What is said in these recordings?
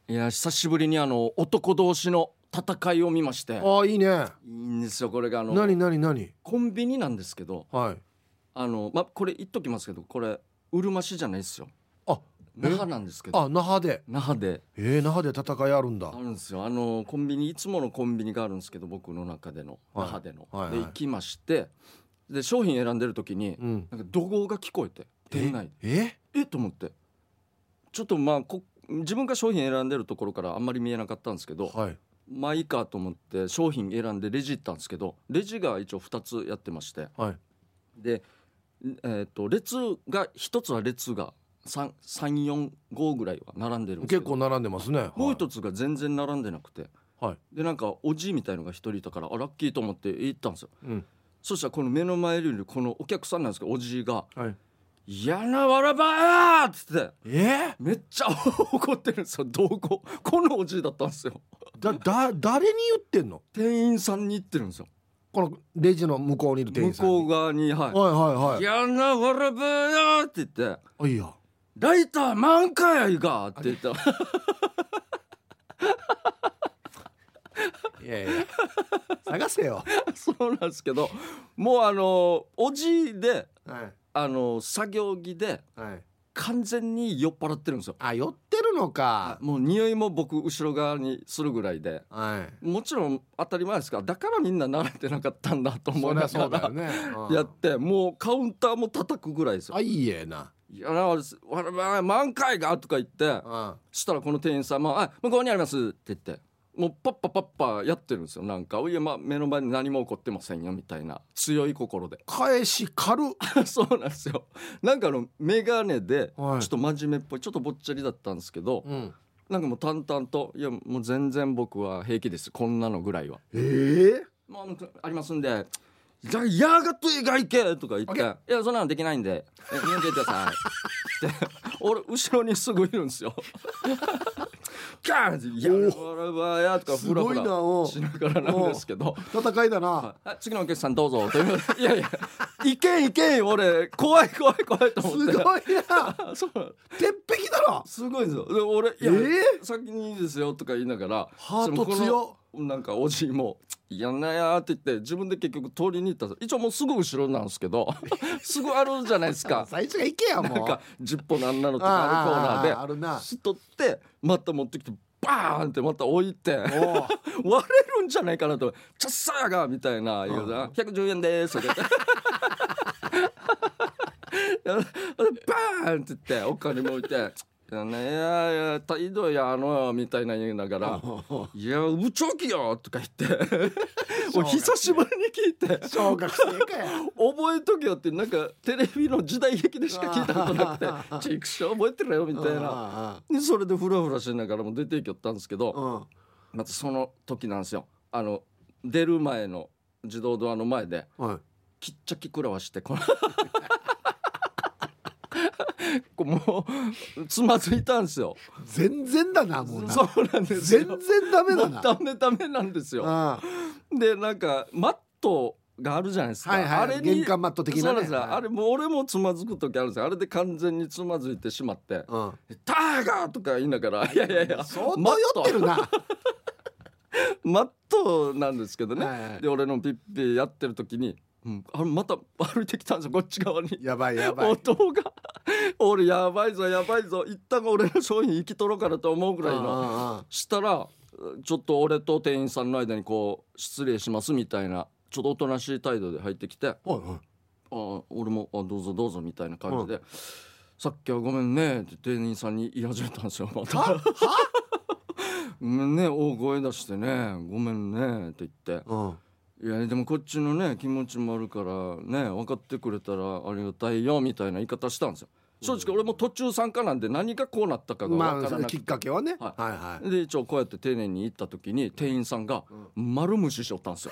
いや久しぶりに男同士の戦いを見まして。 ああいいね。 いいんですよこれが何コンビニなんですけど、 はい。 これ言っときますけど、これうるま市じゃないですよ。 あ那覇なんですけど。 あ那覇で那覇で那覇で戦いあるんだ。 あるんですよ。コンビニ、いつものコンビニがあるんですけど、僕の中での、 はい那覇での、 はいはいで行きまして、で商品選んでる時に、 うんなんか怒号が聞こえて、店内と思って、ちょっと自分が商品選んでるところからあんまり見えなかったんですけど、 はい。 まあいいかと思って商品選んでレジ行ったんですけど、レジが一応2つやってまして、 はい。 で、列が1つは列が345ぐらいは並んでるんですけど、 結構並んでますね。 もう一つが全然並んでなくて、 はい。 でなんかおじいみたいのが一人いたから、ラッキーと思って行ったんですよ。 うん。 そしたらこの目の前にいるこのお客さんなんですけど、おじいがはい。 やなわらばやーっつってめっちゃ怒ってるんですよ。どこのおじいだったんですよ。 誰に言ってんの？ 店員さんに言ってるんですよ。 このレジの向こうにいる店員向さんに。 こう側に、はい、 はい。 やなわらばやーって言って、 あいいや。 ライター満開やがって言った。 いや探せよ。 そうなんですけど、もうおじいではい作業着ではい。 完全に酔っ払ってるんですよ。 あ酔ってるのか。 もう匂いも僕後ろ側にするぐらいで、 はい。 もちろん当たり前ですから、だからみんな慣れてなかったんだと思いながそうだよらね。 やって、もうカウンターも叩くぐらいですよ。 あいいえな。 いやわら満開がとか言って、したらこの店員さんも向こうにありますって言って、もうパッパやってるんですよ。なんかいや、目の前に何も起こってませんよみたいな強い心で返し軽っ。 そうなんですよ。なんかメガネでちょはいっと真面目っぽい、ちょっとぼっちゃりだったんですけど、 うん。 なんかもう淡々と、いやもう全然僕は平気です、こんなのぐらいはもうありますんで、じゃあやがといがいけとか言って、いやそんなのできないんで見てくださいって俺後ろにすぐいるんですよ。ガーンってやらばやとかフラフラしながらなんですけど、 戦いだな。 次のお客さんどうぞという。いやいけん俺怖いと思って。 すごいな。 そう鉄壁だな。 すごいですよ。で俺先にいいですよとか言いながら、 ハート強なんかおじいもやんなやって言って自分で結局通りに行ったんです。一応もうすぐ後ろなんですけどすぐあるじゃないですか。 最初が行けやもう。 なんか10本のあんなのとかあるコーナーであるな。 取ってまた持ってきてバーンってまた置いて割れるんじゃないかなと、チャッサーがみたいな言うな、110円ですってバーンって言ってお金も置いて、いや態度やみたいな言いながらいやうちょきよとか言ってもう久しぶりに聞いて、 小学生かや覚えとけよって、なんかテレビの時代劇でしか聞いたことなくてチークショー覚えてるよみたいなで、それでフラフラしながらも出ていきよったんですけど、またその時なんですよ。出る前の自動ドアの前できっちゃき食らわしてもうつまずいたんですよ。 全然だなもうな。 そうなんですよ。 全然ダメだな。 ダメなんですよ。でなんかマットがあるじゃないですか、あれに玄関マット的なね。 そうなんですよ、あれもう俺もつまずく時あるんですよ。あれで完全につまずいてしまって、ターガーとか言いながら、いや相当酔ってるなマットなんですけどね、で俺のピッピやってる時にまた歩いてきたんですよ、こっち側に。 やばい音が俺やばいぞ一旦俺の商品生きとろうからと思うぐらいのしたら、ちょっと俺と店員さんの間にこう失礼しますみたいなちょっとおとなしい態度で入ってきて、俺もどうぞみたいな感じで、さっきはごめんねって店員さんに言い始めたんですよ。またごめんね大声出してね、ごめんねって言って、いやでもこっちのね気持ちもあるからね、分かってくれたらありがたいよみたいな言い方したんですよ。正直俺も途中参加なんで何がこうなったかが分からなくて、 きっかけはね、 で一応こうやって丁寧に言った時に店員さんが丸無視しよったんですよ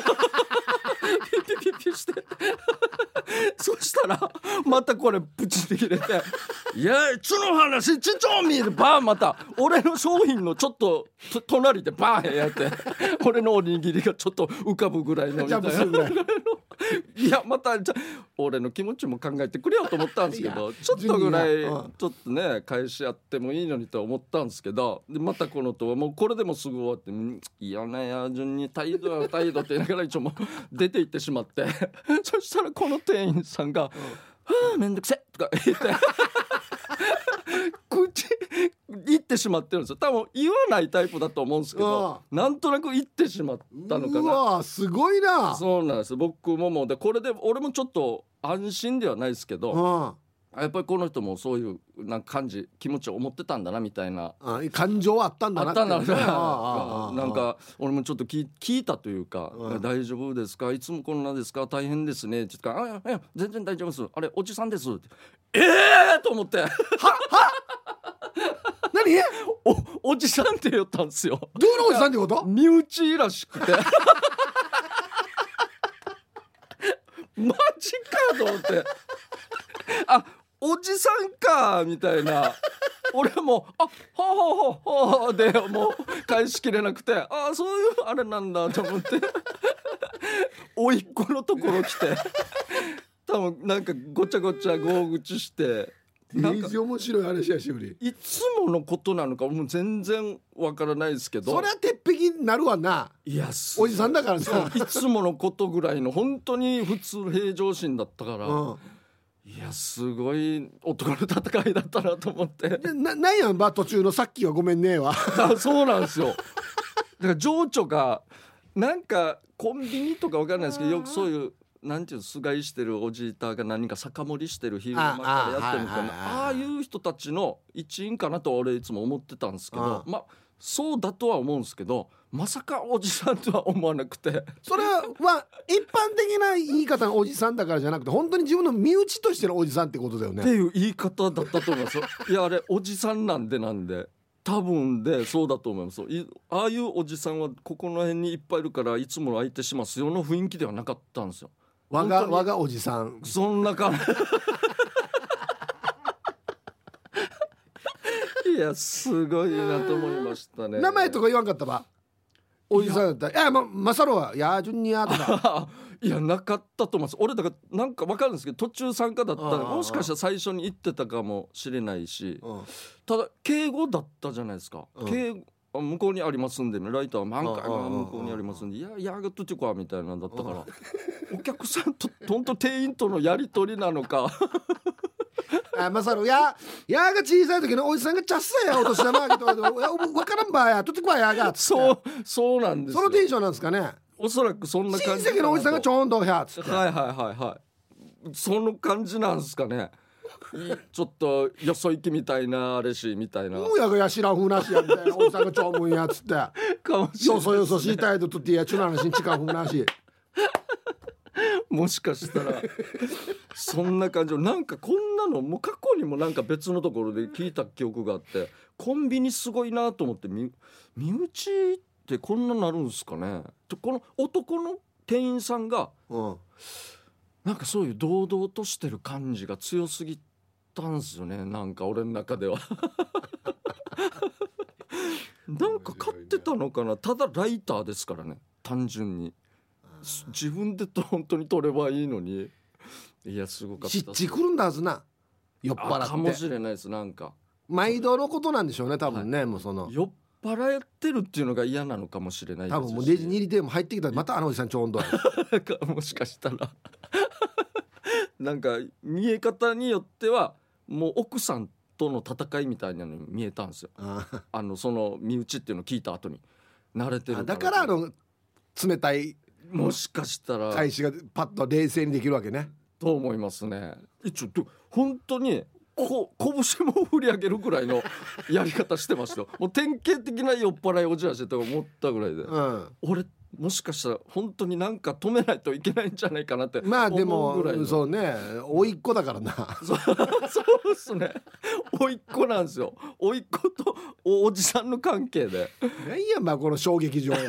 ピピしてそしたらまたこれプチって切れていやちの話ちちょん見るバーン、また俺の商品のちょっと隣でバーンやって俺のおにぎりがちょっと浮かぶぐらいのみたいないやまたじゃ俺の気持ちも考えてくれよと思ったんですけどちょっとぐらいちょっとね返し合ってもいいのにと思ったんですけどでまたこのとはもうこれでもすぐ終わっていやねや順に態度や態度って言いながら一応もう出て行ってしまってそしたらこの店員さんがはあめんどくせえとか言って口言ってしまってるんですよ。多分言わないタイプだと思うんですけどなんとなく言ってしまったのかな。 うわすごいな。 そうなんです僕ももうでこれで俺もちょっと安心ではないですけどやっぱりこの人もそういうなんか感じ気持ちを思ってたんだなみたいな感情はあったんだなって、 なんか俺もちょっと聞いたというか大丈夫ですかいつもこんなですか大変ですねって言ったらいや全然大丈夫ですあれおじさんですってと思っては何おじさんって言ったんですよ。 どういうおじさんってこと？ 身内らしくてマジかと思ってあおじさんかみたいな俺もはあでもう返しきれなくてそういうあれなんだと思って甥っ子のところ来て多分なんかごちゃごちゃ大口してなんか面白い話やしぶりいつものことなのかもう全然わからないですけどそれは鉄壁になるわな。 いやおじさんだからさいつものことぐらいの本当に普通平常心だったから、いやすごい男の戦いだったなと思ってなんやんば途中のさっきはごめんねはそうなんですよ。だから情緒がなんかコンビニとかわかんないですけどよくそういうなんていう素買いしてるおじいたが何か酒盛りしてる昼間からやってるみたいなああいう人たちの一員かなと俺いつも思ってたんですけどまあそうだとは思うんですけどまさかおじさんとは思わなくてそれは一般的な言い方のおじさんだからじゃなくて本当に自分の身内としてのおじさんってことだよねっていう言い方だったと思いますいやあれおじさんなんで多分でそうだと思います。ああいうおじさんはここの辺にいっぱいいるからいつも相手しますよの雰囲気ではなかったんですよ。 我がおじさんそんな感じいやすごいなと思いましたね。 名前とか言わんかったばおじさんだったら「いやマサロはやージュニア」とかいやなかったと思います。俺だからなんか分かるんですけど途中参加だったらもしかしたら最初に言ってたかもしれないし、ただ敬語だったじゃないですか。敬語向こうにありますんでライターは何回も向こうにありますんでやがとてこわみたいなんだったからお客さんと本当店員とのやり取りなのかマサロやが小さい時のおじさんがチャッサやお年玉あげと分からんばやとってこわやがそうなんですよ。 そのテンションなんですかね。 おそらくそんな感じ親戚のおじさんがちょんとやつってはいその感じなんですかね。ちょっとよそ行きみたいなあれしみたいなもうやがやしらふなしやみたいなおじさんがちょんむんやつってよそよそしい態度とってやちゅな話に近くなしもしかしたらそんな感じなんかこんなのもう過去にもなんか別のところで聞いた記憶があってコンビニすごいなと思って身内ってこんななるんですかね。この男の店員さんが、なんかそういう堂々としてる感じが強すぎたんですよね。なんか俺の中ではなんか買ってたのかな。ただライターですからね単純に自分で本当に取ればいいのにいやすごかった。 しっちくるんだはずな酔っ払ってかもしれないです。なんか毎度のことなんでしょうね多分ね、もうその酔っ払ってるっていうのが嫌なのかもしれないですし多分もうレジに入りでも入ってきたらまたあのおじさんちょんどもしかしたらなんか見え方によってはもう奥さんとの戦いみたいなのに見えたんですよ。その身内っていうのを聞いた後に慣れてるだから冷たいもしかしたら返しがパッと冷静にできるわけねと思いますね。ちょっと本当に拳も振り上げるぐらいのやり方してましたよ。もう典型的な酔っ払いおじやしてと思ったぐらいで、俺もしかしたら本当になんか止めないといけないんじゃないかなってまあで思うぐらいの。 もそうね甥っ子だからなそうっすね甥っ子なんですよ。甥っ子とおじさんの関係で何やまあこの衝撃場や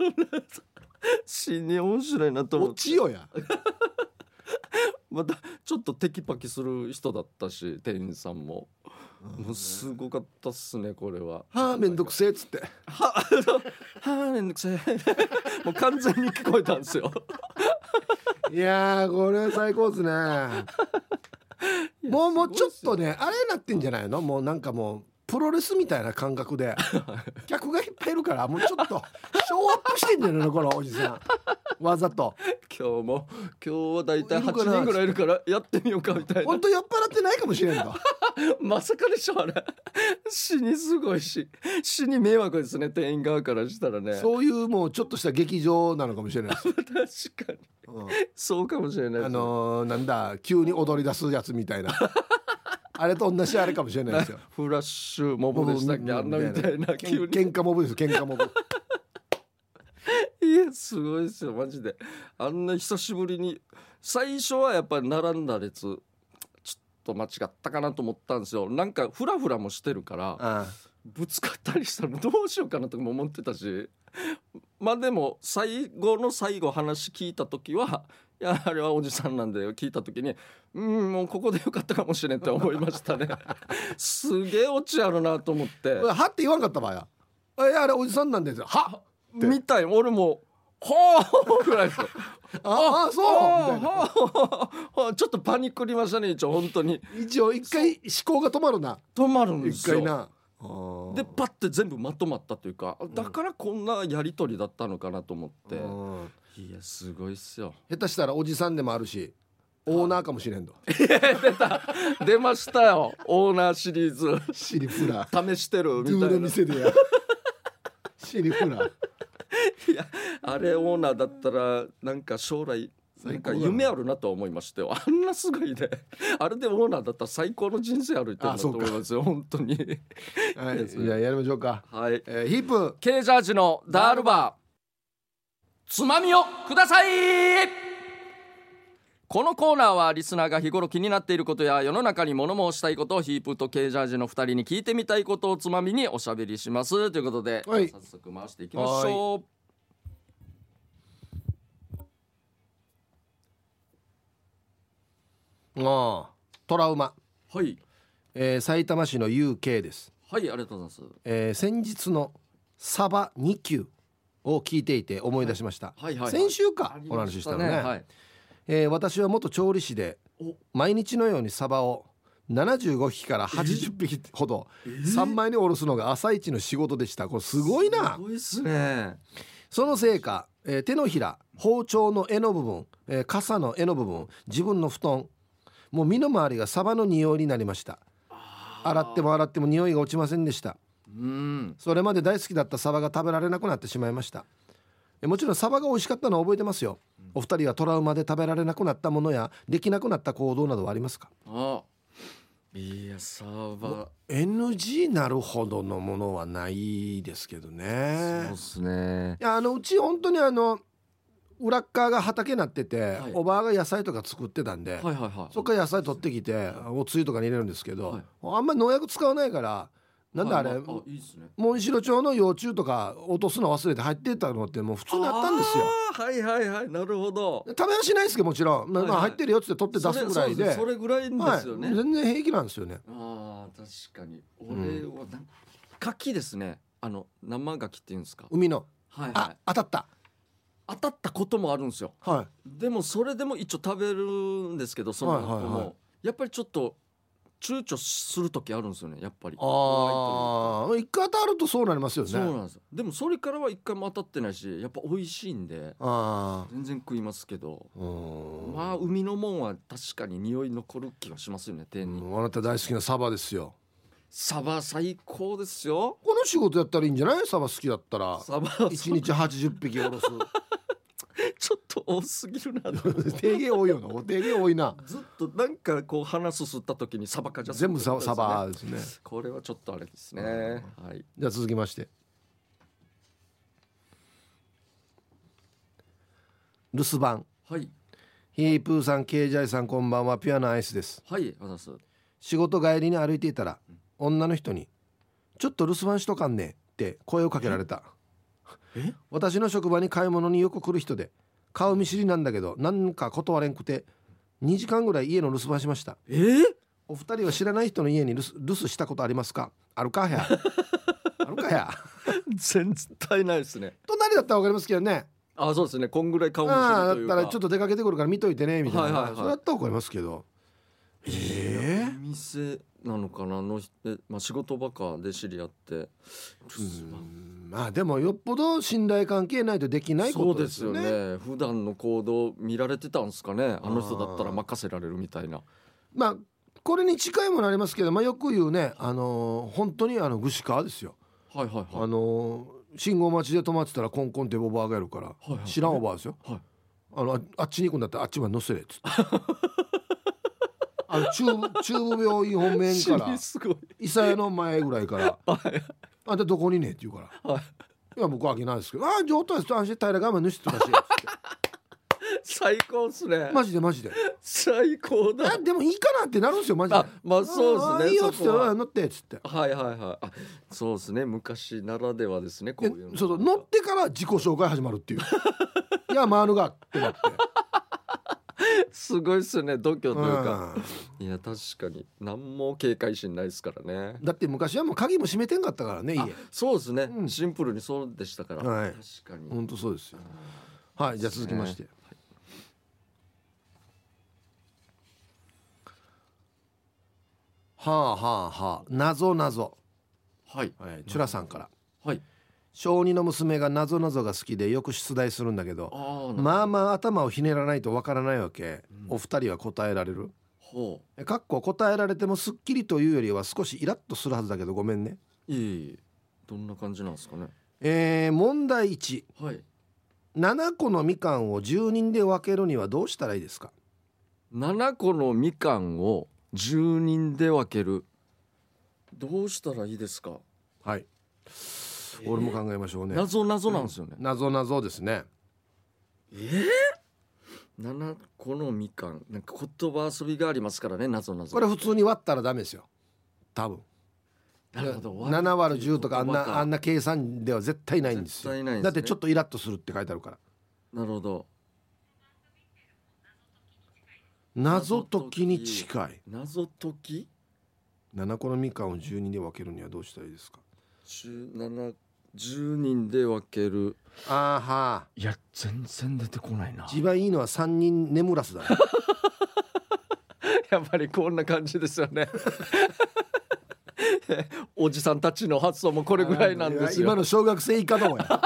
死に面白いなと思って落ちよやまたちょっとテキパキする人だったし店員さんももうすごかったっすねこれは。 はあめんどくせえっつってはあめんどくせえもう完全に聞こえたんですよいやーこれは最高ですね。もうちょっとねあれになってんじゃないの、もうなんかもうプロレスみたいな感覚で客がいっぱいいるからもうちょっとショーアップしてんじゃないのこのおじさんわざと。 今日はだいたい8人ぐらいいるからやってみようかみたいな。 本当酔っ払ってないかもしれんとまさかでしょあれ。死にすごいし死に迷惑ですね、店員側からしたらね。 そういうもうちょっとした劇場なのかもしれないです確かに、 うん、 そうかもしれないです、 なんだ急に踊り出すやつみたいなあれと同じあれかもしれないですよ。 フラッシュモブでしたっけ、あんなみたいな急に喧嘩モブです喧嘩モブいやすごいですよマジで。あんな久しぶりに最初はやっぱり並んだ列ちょっと間違ったかなと思ったんですよ。なんかフラフラもしてるからぶつかったりしたらどうしようかなとかも思ってたし、まあでも最後の最後話聞いた時はいやあれはおじさんなんだよ聞いた時にもうここでよかったかもしれんって思いましたねすげえオチあるなと思ってはって言わんかった場合はいやあれおじさんなんですよはみたい俺もはあぐらいですよあそうはあちょっとパニックりましたね一応本当に。 一応一回思考が止まるな止まるんですよ一回なでパッて全部まとまったというかだからこんなやり取りだったのかなと思って、いやすごいっすよ。 下手したらおじさんでもあるしオーナーかもしれんと出ましたよオーナーシリーズシリフラ試してるみたいドゥのな。 店でやシリフラいやあれオーナーだったらなんか将来なんか夢あるなと思いましたよ。あんなすごいねあれでオーナーだったら最高の人生歩いてるなと思いますよ本当にはい、じゃあやりましょうか。 はい、 ヒープケージャージのダールバーつまみをください。このコーナーはリスナーが日頃気になっていることや世の中に物申したいことをヒープとケージャージの2人に聞いてみたいことをつまみにおしゃべりしますということで、 はい、 早速回していきましょう。 トラウマ、 はい、 埼玉市の UK です。 はい、ありがとうございます。 先日のサバ2級を聞いていて思い出しました、 はいはいはい、 先週かお話ししたのね、はい、私は元調理師で毎日のようにサバを75匹から80匹ほど3枚におろすのが朝一の仕事でした。これすごいな。 すごいっすね。 そのせいか、手のひら、包丁の柄の部分、傘の柄の部分、自分の布団、もう身の回りがサバの匂いになりました。洗っても洗っても匂いが落ちませんでした。それまで大好きだったサバが食べられなくなってしまいました。もちろんサバが美味しかったのは覚えてますよ。お二人はトラウマで食べられなくなったものやできなくなった行動などはありますか？ いやサバ NG なるほどのものはないですけどね。 そうですね。 いやうち本当に裏っ側が畑になってて、はい、おばあが野菜とか作ってたんで、そっから野菜取ってきておつゆとかに入れるんですけど、あんまり農薬使わないからなんであれ、いいっすね、モンシロチョウの幼虫とか落とすの忘れて入ってたのってもう普通にあったんですよ。 はいはいはい、なるほど。 食べはしないですけどもちろん、まあ、入ってるよって取って出すぐらいで、 それぐらいですよね、 全然平気なんですよね。 確かに俺は牡蠣ですね。生牡蠣っていうんですか、 海の、 当たったこともあるんですよ、でもそれでも一応食べるんですけど、その後もやっぱりちょっと躊躇する時あるんですよね、やっぱり。 一回当たるとそうなりますよね。 そうなんですよ。でもそれからは一回も当たってないし、やっぱ美味しいんで全然食いますけど、まあ海のもんは確かに匂い残る気がしますよね、天に。 あなた大好きなサバですよ。 サバ最高ですよ。 この仕事やったらいいんじゃない？サバ好きだったらサバ 1日80匹おろすちょっと多すぎるな定義多いよな。定義多いな。 ずっとなんかこう鼻すすった時にサバかじゃ全部サバですね。 これはちょっとあれですね、はい、 じゃあ続きまして留守番。 はい、 ヒープーさん、ケイジャイさん、こんばんは。ピュアなアイスです。 はい、あざす。 仕事帰りに歩いていたら、女の人にちょっと留守番しとかんねって声をかけられた。私の職場に買い物によく来る人で顔見知りなんだけどなんか断れんくて2時間ぐらい家の留守番しました。お二人は知らない人の家に留守したことありますか？あるかやあるかや全然ないですね。 隣だったら分かりますけどね。 あ、そうですね、こんぐらい顔見知りだというか。 ったらちょっと出かけてくるから見といてねみたいな、 はいはいはいそれだったら怒りますけど。 お店なのかな、まあ、仕事場かで知り合って、 まあでもよっぽど信頼関係ないとできないことですよね。 そうですよね。普段の行動見られてたんですかね、あの人だったら任せられるみたいな。 まあこれに近いものありますけど、まあ、よく言うね、本当に串川ですよ。 はいはいはい。 信号待ちで止まってたらコンコンっておばあがいるから、 はいはい、 知らんおばあですよ、 はい、 あっちに行くんだったらあっちまで乗せれっつって中部病院本面から伊佐屋の前ぐらいからはい、 あんたどこにねって言うから、はい、いや僕は開けないですけど、ああ上等です安心平ら我慢ぬしてたしっつって最高っすね。 マジで最高だ。 でもいいかなってなるんですよマジで。 まあそうですね。 いいよっつって乗ってっつって、 はいはいはい。あ、そうですね、昔ならではですね、こういうの。 そう乗ってから自己紹介始まるっていういや回るがってなってすごいっすね、度胸というか、いや確かに何も警戒心ないですからね。 だって昔はもう鍵も閉めてんかったからね、家。 そうですね、シンプルにそうでしたから、 はい、 確かに本当そうですよ。はい、じゃあ続きまして、はあはあはあ、謎はい、 チュラさんから、 はい、 小2の娘が謎が好きでよく出題するんだけど、まあまあ頭をひねらないとわからないわけ、お二人は答えられる？かっこ答えられてもすっきりというよりは少しイラッとするはずだけどごめんね。 いい、どんな感じなんですかね。 問題1、 はい、 7個のみかんを10人で分けるにはどうしたらいいですか ？7個のみかんを10人で分ける、どうしたらいいですか？ はい、俺も考えましょうね。 謎なんですよね、 謎ですね。 7個のみかん、なんか言葉遊びがありますからね、謎これ普通に割ったらダメですよ多分。 なるほど、 7割る10とかあんな計算では絶対ないんですよ。 絶対ないんですね。 だってちょっとイラッとするって書いてあるから。 なるほど、 謎解きに近い。 謎解き。 7個のみかんを10人で分けるにはどうしたらいいですか ？10人で分ける。 あーはー、 いや全然出てこないな。 一番いいのは3人眠らすだねやっぱりこんな感じですよねおじさんたちの発想もこれぐらいなんですよ。 今の小学生以下だもんや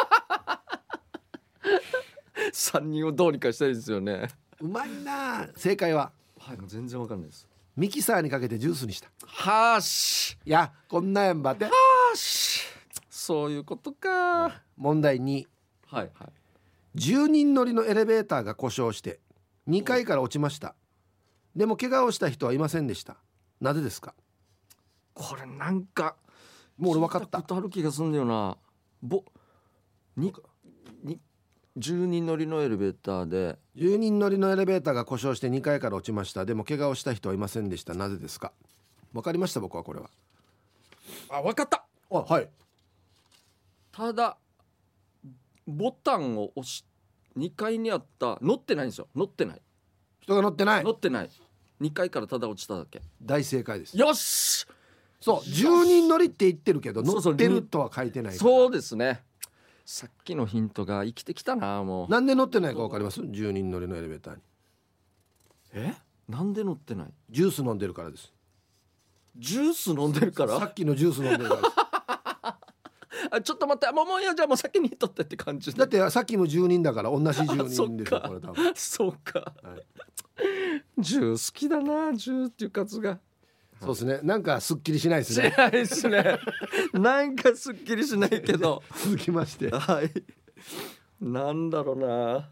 3人をどうにかしたいですよね。 うまいな。正解は、 はい、全然わかんないです。 ミキサーにかけてジュースにした。 はーし、 いやこんなんやんばって。 はーし、そういうことか。 問題2、 はいはい。 10人乗りのエレベーターが故障して2階から落ちました。でも怪我をした人はいませんでした。なぜですか？ これなんかもう俺分かった。 聞いたことある気がするんだよな。10人乗りのエレベーターで 10人乗りのエレベーターが故障して2階から落ちました。でも怪我をした人はいませんでした。なぜですか？分かりました。僕はこれは分かった。 はい。 ただボタンを押し2階にあった乗ってないんですよ。乗ってない人が乗ってない。 2階からただ落ちただけ。 大正解です。 よし。 そう10人乗りって言ってるけど乗ってるとは書いてないから。 そうですね。さっきのヒントが生きてきたな。もうなんで乗ってないか分かります？10人乗りのエレベーターに。 なんで乗ってない？ ジュース飲んでるからです。 ジュース飲んでるから。 さっきのジュース飲んでるからですちょっと待って、もういや、じゃあもう先に取ってって感じだってさっきも10人だから同じ10人でしょこれ多分。 そうか、 はい、 ジュー好きだな。ジューっていうカツがそうですね。なんかすっきりしないですね。 しないですねなんかすっきりしないけど続きましてはい、なんだろうな。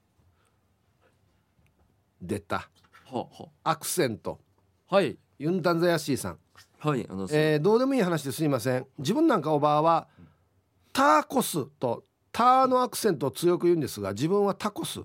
出た。 はアクセント。 はいユンタンザヤッシーさん。 はい、 どうでもいい話ですいません。自分なんかおばあはタコスとタのアクセントを強く言うんですが、自分はタコス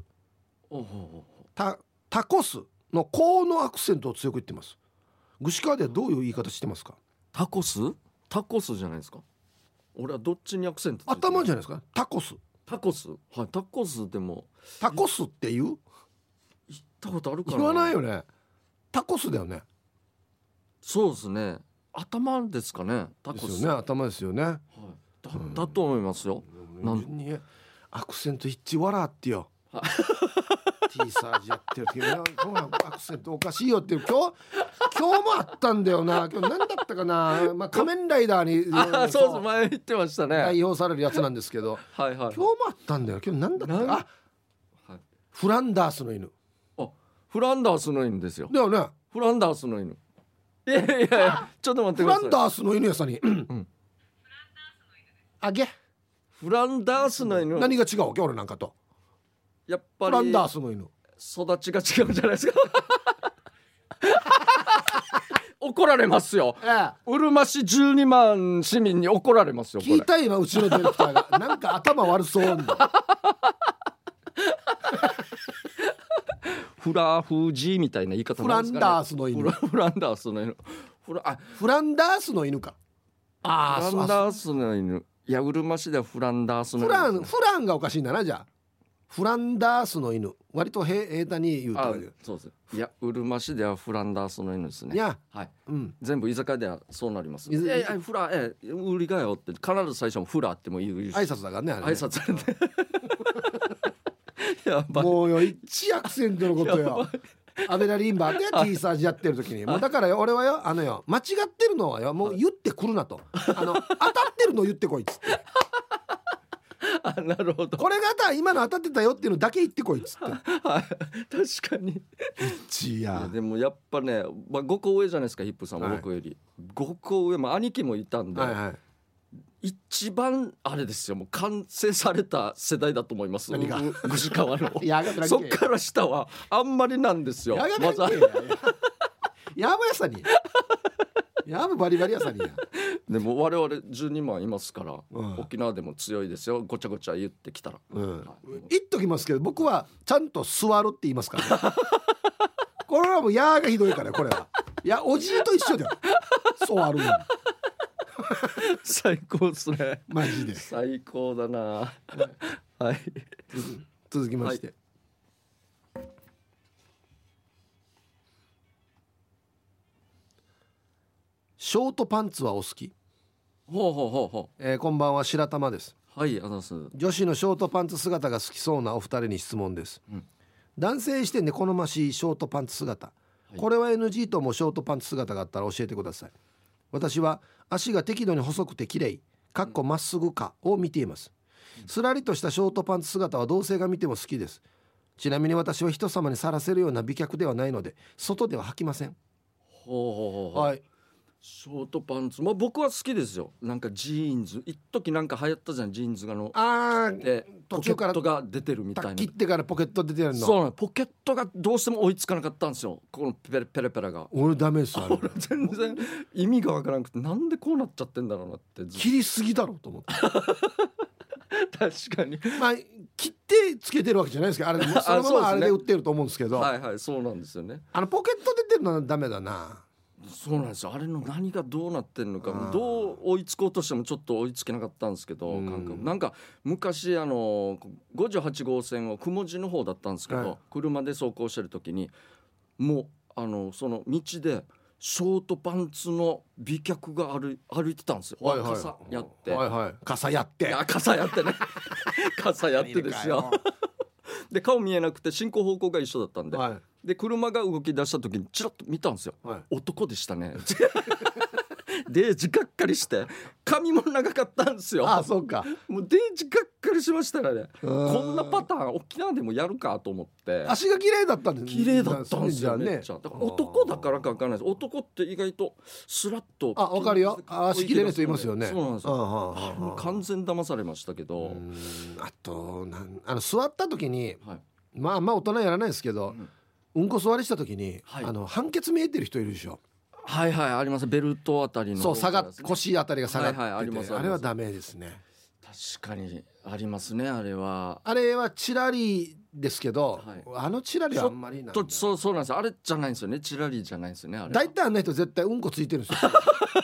タコスのコのアクセントを強く言ってます。串川ではどういう言い方してますか？ タコスじゃないですか。俺はどっちにアクセントついてる？ 頭じゃないですか。タコスはい、タコスでもタコスって言う？ 言ったことあるかな。 言わないよね。タコスだよね。 そうですね。頭ですかね。タコスですよね。頭ですよね。 はい、だと思いますよ。 アクセント一致笑ってよT サージやってる時アクセントおかしいよっていう今日もあったんだよな。今日何だったかな、まあ、仮面ライダーにそうそう前言ってましたね。 代表されるやつなんですけどはい、はい、 今日もあったんだよ。今日何だったかはい、フランダースの犬。 フランダースの犬ですよ。 だよね。 フランダースの犬。いやいやちょっと待ってください。 フランダースの犬やさに、うん、あげフランダースの犬何が違うわけ俺なんかと。 やっぱりフランダースの犬育ちが違うんじゃないですか怒られますよ、うるま市12万市民に怒られますよ。 聞いた今うちのディレクターがなんか頭悪そうフラフジみたいな言い方なんですかね。 フランダースの犬。 フランダースの犬。 フランダースの犬か。 フランダースの犬。いやうるま市ではフランダースの犬、 フランがおかしいんだな。じゃあフランダースの犬割と平坦に言うと。 そうです。いやうるま市ではフランダースの犬ですね。 いや、 はい、 うん、 全部居酒屋ではそうなります。フラ売りがよって必ず最初もフラっても言う挨拶だからね。あれね挨拶でやばい。 もうよ一アクセントのことよ。アベラリンバーって T サージやってる時にもうだからよ俺はよ間違ってるのはよもう言ってくるなと当たってるの言ってこいっつってなるほど。 これが今の当たってたよっていうのだけ言ってこいっつって、はい、 確かにいやでもやっぱね、まあ、5個上じゃないですかヒップさんも僕より、5個上も兄貴もいたんで、 はいはい、 一番あれですよもう完成された世代だと思います。 何がぐし川のそっから下はあんまりなんですよ。 やばやさにやばバリバリやさにや。 でも我々12万いますから、うん、沖縄でも強いですよ。ごちゃごちゃ言ってきたら、 うん、言っときますけど僕はちゃんと座るって言いますから、ね、これはもうやーがひどいからこれはいやおじいと一緒だよ座るの最高ですねマジで最高だなはい、 続きまして、はい、ショートパンツはお好き？ ほうほうほうほう、こんばんは白玉です。 はい、あざます。 女子のショートパンツ姿が好きそうなお二人に質問です、うん、男性視点で好ましいショートパンツ姿、はい、これは NG ともショートパンツ姿があったら教えてください。私は足が適度に細くて綺麗かっこまっすぐかを見ています。すらりとしたショートパンツ姿は同性が見ても好きです。ちなみに私は人様にさらせるような美脚ではないので外では履きません。 ほうほうほう、 はい、 ショートパンツ、まあ、僕は好きですよ。なんかジーンズ一時なんか流行ったじゃんジーンズが途中からポケットが出てるみたいな。 切ってからポケット出てるの。 そうポケットがどうしても追いつかなかったんですよ。このペラペラが俺ダメですよ。 俺全然意味がわからなくてなんでこうなっちゃってんだろうなって切りすぎだろうと思って確かにまあ切ってつけてるわけじゃないですけどあれでそのままあれで売ってると思うんですけどはいはいそうなんですよね。 ポケット出てるのはダメだな。 そうなんですよ。あれの何がどうなってんのかどう追いつこうとしてもちょっと追いつけなかったんですけど、なんか昔58号線を雲寺の方だったんですけど、はい、車で走行してる時にもうその道でショートパンツの美脚が歩いてたんですよ、はいはい、傘やって、 はいはい、傘やっていや傘やってね傘やってですよで顔見えなくて進行方向が一緒だったんで、はい、で車が動き出した時にチラッと見たんですよ、はい、男でしたねデージがっかりして髪も長かったんですよ。 あ、そうか。 もうデージがっかりしましたらねこんなパターン沖縄でもやるかと思って足が綺麗だったんです。 綺麗だったんですよね。めっちゃだから男だからか分からないです。男って意外とスラッと分かるよ。足綺麗な人いますよね。 そうなんですよ。完全騙されましたけどあと座った時に、はい、まあ大人やらないですけど、うんこ座りした時に、はい、判決見えてる人いるでしょ。 はいはいあります。ベルトあたりの、ね、 そう腰あたりが下がってて、 はいはい、あります。 あれはダメですね。 確かにありますね。あれはチラリですけど、はい、チラリはあんまりなんそうなんですよ。あれじゃないんですよね。チラリじゃないんですよね。あれ大体あんな人絶対うんこついてるんですよ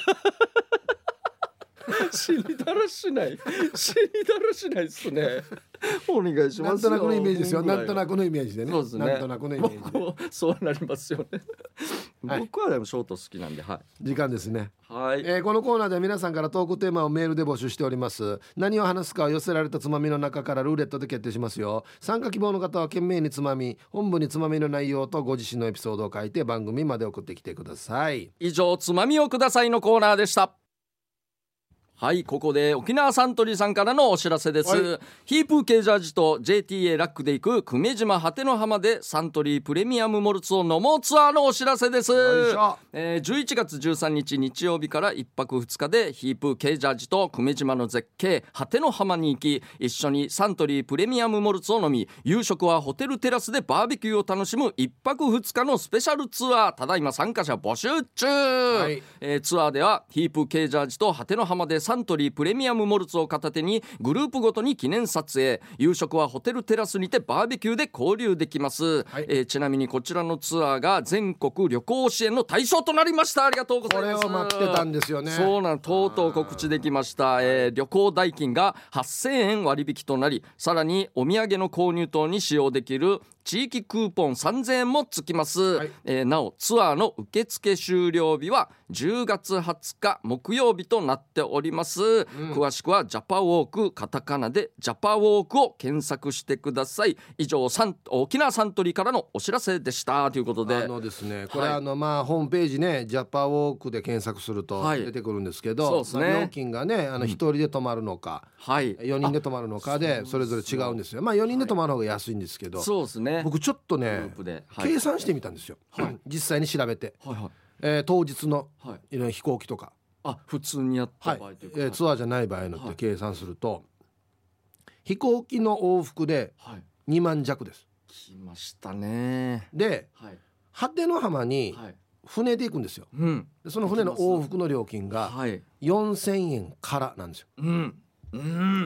死にだらしないっすねお願いしますよ。 なんとなくのイメージですよ。なんとなくのイメージでね。 そうですね。 なんとなくのイメージでそうなりますよね僕はでもショート好きなんで、はい、 時間ですね。 はい、 このコーナーでは皆さんからトークテーマをメールで募集しております。何を話すかを寄せられたつまみの中からルーレットで決定しますよ。参加希望の方は懸命につまみ、本部につまみの内容とご自身のエピソードを書いて番組まで送ってきてください。 以上つまみをくださいのコーナーでした。はい、ここで沖縄サントリーさんからのお知らせです、はい、ヒープー系ジャージと JTA ラックで行く久米島果ての浜でサントリープレミアムモルツを飲もうツアーのお知らせです。11月13日日曜日から1泊2日でヒープー系ジャージと久米島の絶景果ての浜に行き、一緒にサントリープレミアムモルツを飲み、夕食はホテルテラスでバーベキューを楽しむ1泊2日のスペシャルツアー。ただいま参加者募集中、はい、ツアーではヒープー系ジャージと果ての浜でサントリープレミアムモルツを片手にグループごとに記念撮影、夕食はホテルテラスにてバーベキューで交流できます、はい、ちなみにこちらのツアーが全国旅行支援の対象となりました。ありがとうございます。 これを待ってたんですよね。 そうなん、とうとう告知できました、旅行代金が8000円割引となり、さらにお土産の購入等に使用できる地域クーポン3000円もつきます、はい、なおツアーの受付終了日は10月20日木曜日となっております、詳しくはジャパウォークカタカナでジャパウォークを検索してください。以上沖縄サントリーからのお知らせでしたということで、 ですね、これ、はい、ホームページねジャパウォークで検索すると出てくるんですけど、はい、そうですね、料金がね1人で泊まるのか、はい、4人で泊まるのかでそれぞれ違うんですよ。4人で泊まる方が安いんですけど、 そうですね、 僕ちょっとね、はい、計算してみたんですよ、はい、実際に調べて、はいはい、当日の、はい、飛行機とか普通にやった場合というか、 はい、ツアーじゃない場合のって計算すると、はい、飛行機の往復で2万弱です。 来ましたね。 で、はい、果ての浜に船で行くんですよ、うん、でその船の往復の料金が4000円からなんですよ、うんうん、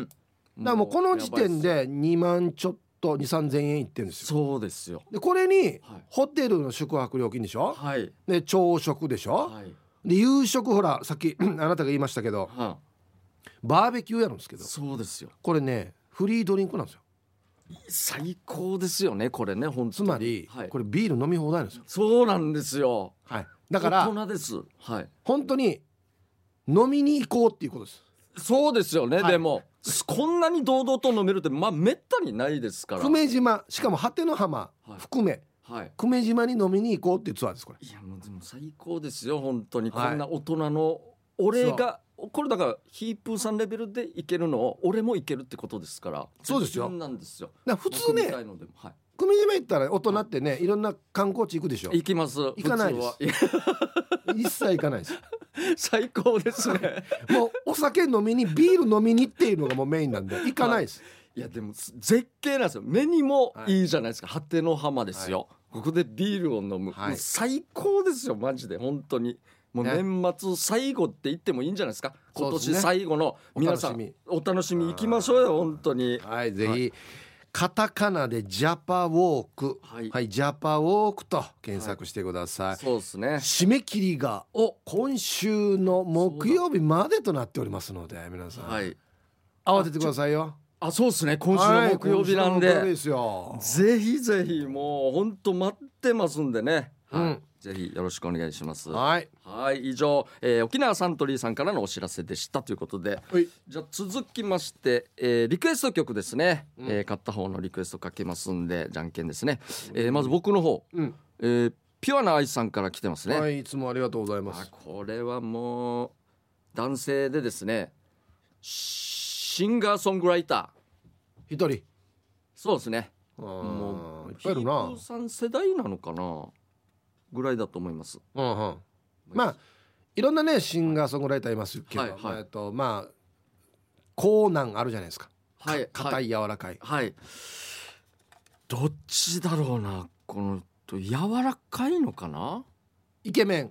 だからもうこの時点で2万ちょっと 2,3000 円いってるんですよ。 そうですよ。 でこれにホテルの宿泊料金でしょ、はい、で朝食でしょ、はい、で夕食ほらさっきあなたが言いましたけど、はあ、バーベキューやるんですけど、 そうですよ、 これねフリードリンクなんですよ。 最高ですよねこれね。本当につまり、はい、これビール飲み放題なんですよ。 そうなんですよ、はい、 だから大人です、はい、 本当に飲みに行こうっていうことです。 そうですよね、はい、でもこんなに堂々と飲めるってめったにないですから。 久米島、しかも果ての浜、はい、含め、はい、久米島に飲みに行こうっていうツアーですこれ。 いやもうでも最高ですよ本当に、はい、こんな大人の俺がこれだからヒープーさんレベルでいけるのを俺もいけるってことですから。 そうですよ。 なんですよ。 だ普通ね、はい、久米島行ったら大人ってね、いろんな観光地行くでしょ。 行きます。 行かないです。一切行かないです。 最高ですね。 もうお酒飲みにビール飲みにっていうのがもうメインなんで行かないです、はい、 いやでも絶景なんですよ。目にもいいじゃないですか、はい、果ての浜ですよ、はい、ここでビールを飲む、はい、もう最高ですよマジで本当に。もう年末最後って言ってもいいんじゃないですか、今年最後の皆さんお楽しみ行きましょうよ本当に。 はい、ぜひ、はい、カタカナでジャパウォーク、はいはい、ジャパウォークと検索してください、はい、 そうですね。 締め切りが今週の木曜日までとなっておりますので皆さん、はい、慌ててくださいよ。 そうですね、今週の木曜日なんで、 はい、ですよ。 ぜひぜひもう本当待ってますんでね、うん、ぜひよろしくお願いします。はい、はい、以上、沖縄サントリーさんからのお知らせでしたということで、じゃあ続きまして、リクエスト曲ですね、買った方のリクエストかけますんでじゃんけんですね、まず僕の方、ピュアな愛さんから来てますね。 はい、いつもありがとうございます。 これはもう男性でですね、シンガーソングライター一人。 そうですね、もういっぱいいるな。 ヒープさん世代なのかなぐらいだと思います、 うんうん、まあいろんなねシンガーソングライターいますけど、はいはい、まあ高難あるじゃないですか。はい、硬い柔らかい、 はい、どっちだろうな。この柔らかいのかな。 イケメン、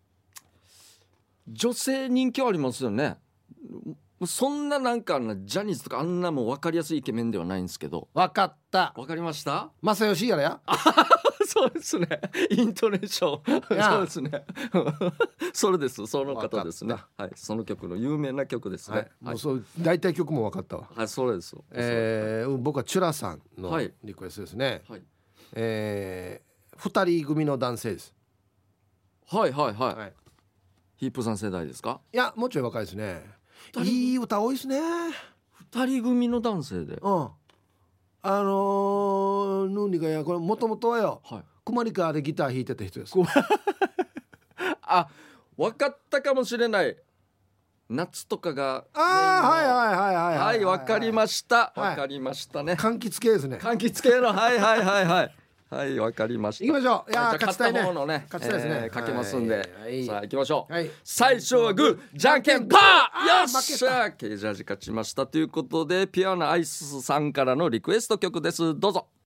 女性人気ありますよね。そんななんかジャニーズとかあんなもん分かりやすいイケメンではないんですけど。 分かった、 分かりました。 正義やらやそうですね、イントネーションそうですねそれです、その方ですね、はい、その曲の有名な曲ですね、はいもうそう大体曲も分かったわ。 はい、そうです、 僕はチュラさんのリクエストですね、はい、2人組の男性です。 はいはいはい、 はい、 ヒップさん世代ですか？ いやもうちょい若いですね。 人いい歌多いですね。 二人組の男性で、 うんヌーニがやこれもともとはよ、 はい、 クマリカでギター弾いてた人です。 あ、分かったかもしれない。夏とかがああはいはいはいはいはいわかりましたはいわかりましたね。 柑橘系ですね。 柑橘系のはいはいはいはいはいわかりました。 行きましょう。いやじゃあ勝ちたいね。 勝った方のね勝ちたいですね。 かけますんで、 はいさあ行きましょう、 はい、 最初はグーじゃんけんパー、よっ負けしゃケージャージ勝ちましたということで、ピュアなアイスさんからのリクエスト曲です。どうぞ。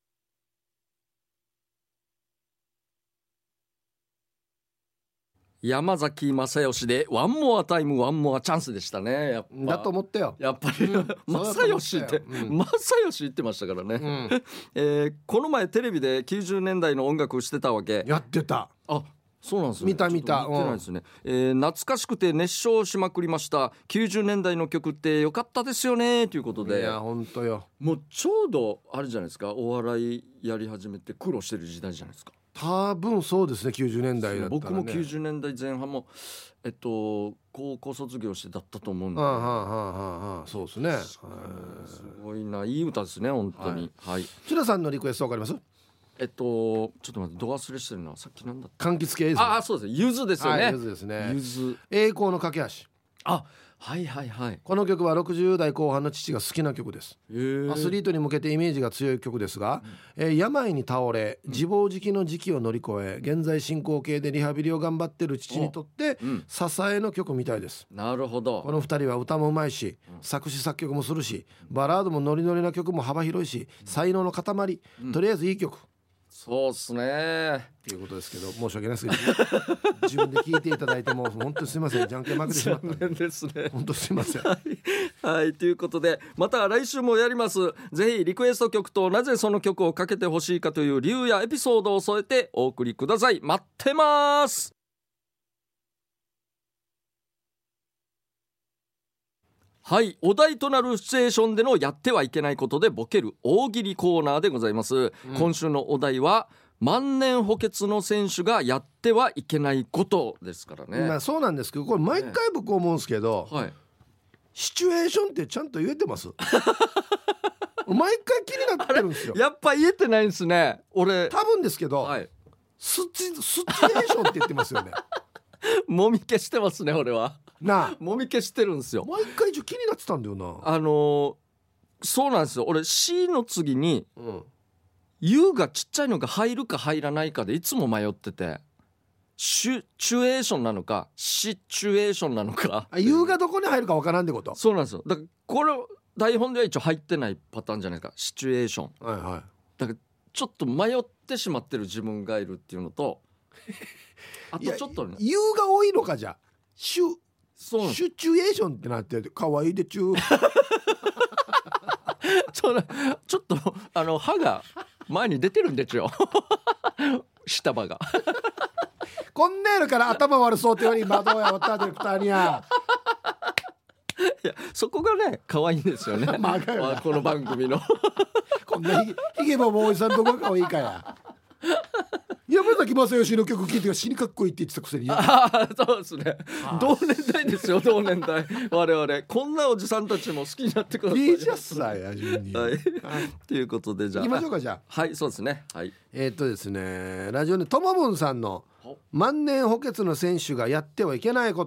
山崎正義でワンモアタイムワンモアチャンスでしたね。やっぱだと思ったよ。 やっぱり、正義って、正義言ってましたからね、この前テレビで90年代の音楽してたわけ。 やってた。 あ、そうなんですね。 見たちょっと見てないですね、懐かしくて熱唱しまくりました。90年代の曲って良かったですよねということで、 いや本当よ。 もうちょうどあれじゃないですか、お笑いやり始めて苦労してる時代じゃないですか。 多分そうですね。90年代だったらね。 僕も90年代前半も高校卒業してだったと思うんで、 そうですね。 すごいないい歌ですね本当に。はい、 チュラさんのリクエストわかります？ ちょっと待って、ど忘れしてるのはさっきなんだった。 柑橘系ですね。 あ、そうです、ゆずですよね。 はい、ゆずですね。 ゆず、 栄光の架け橋。 あ、はいはいはい。 この曲は60代後半の父が好きな曲です。アスリートに向けてイメージが強い曲ですが、病に倒れ自暴自棄の時期を乗り越え現在進行形でリハビリを頑張っている父にとって支えの曲みたいです。 なるほど。 この2人は歌もうまいし、作詞作曲もするし、バラードもノリノリな曲も幅広いし、才能の塊、とりあえずいい曲そうっすねっていうことですけど、申し訳ないですけど自分で聞いていただいても本当にすいません。じゃんけん負けてしまった。 残念ですね。 本当すいません。 はい、ということでまた来週もやります。ぜひリクエスト曲となぜその曲をかけてほしいかという理由やエピソードを添えてお送りください。待ってます。はい、お題となるシチュエーションでのやってはいけないことでボケる大喜利コーナーでございます、今週のお題は万年補欠の選手がやってはいけないことですからね。 まあそうなんですけど、これ毎回僕思うんですけど、 はい、 シチュエーションってちゃんと言えてます毎回気になってるんですよ。 やっぱ言えてないんですね俺。 多分ですけど、 はい、 スチュエーションって言ってますよねもみ消してますね俺は。 なあ、 もみ消してるんですよ。 毎回気になってたんだよな。 そうなんですよ。俺 C の次に、U がちっちゃいのが入るか入らないかでいつも迷ってて、シチュエーションなのかシチュエーションなのか。 U がどこに入るかわからんってこと。 そうなんですよ。だからこれ台本では一応入ってないパターンじゃないか、シチュエーション。 はいはい。 だからちょっと迷ってしまってる自分がいるっていうのとあとちょっとね、 U が多いのか。じゃあシそうなんです。 チュエーションってなってて可愛いでちゅうちょっと歯が前に出てるんですよ下歯がこんなやるから頭悪そうってより窓やわったディレクターにやいやそこがね可愛いんですよねこの番組のこんなひげももおじさんどこが可愛いかや山崎正義の曲聴いて死にかっこいいって言ってたくせにそうですね、同年代ですよ同年代我々こんなおじさんたちも好きになってください。 いいじゃっさや順に、 はい、ということでじゃあ行きましょうか。じゃあはいそうですね、はい、 ですね、ラジオネともぶんさんの万年補欠の選手がやってはいけないこと、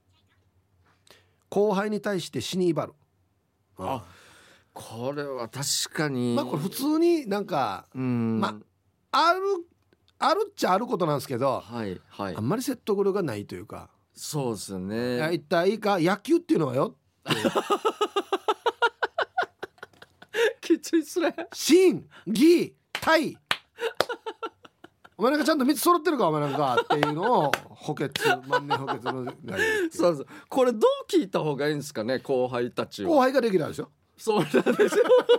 後輩に対して死に威張る。 あ、これは確かに、 まあこれ普通になんかまああるっちゃあることなんですけど、 はいはい、 あんまり説得力がないというか。 そうですね。 一体いいか野球っていうのはよきついっすね。 心技体お前なんかちゃんと3つ揃ってるかお前なんかっていうのを万年補欠のがいいそうそう、これどう聞いた方がいいんですかね後輩たちは。 後輩がレギュラーですよ。 そうなんですよ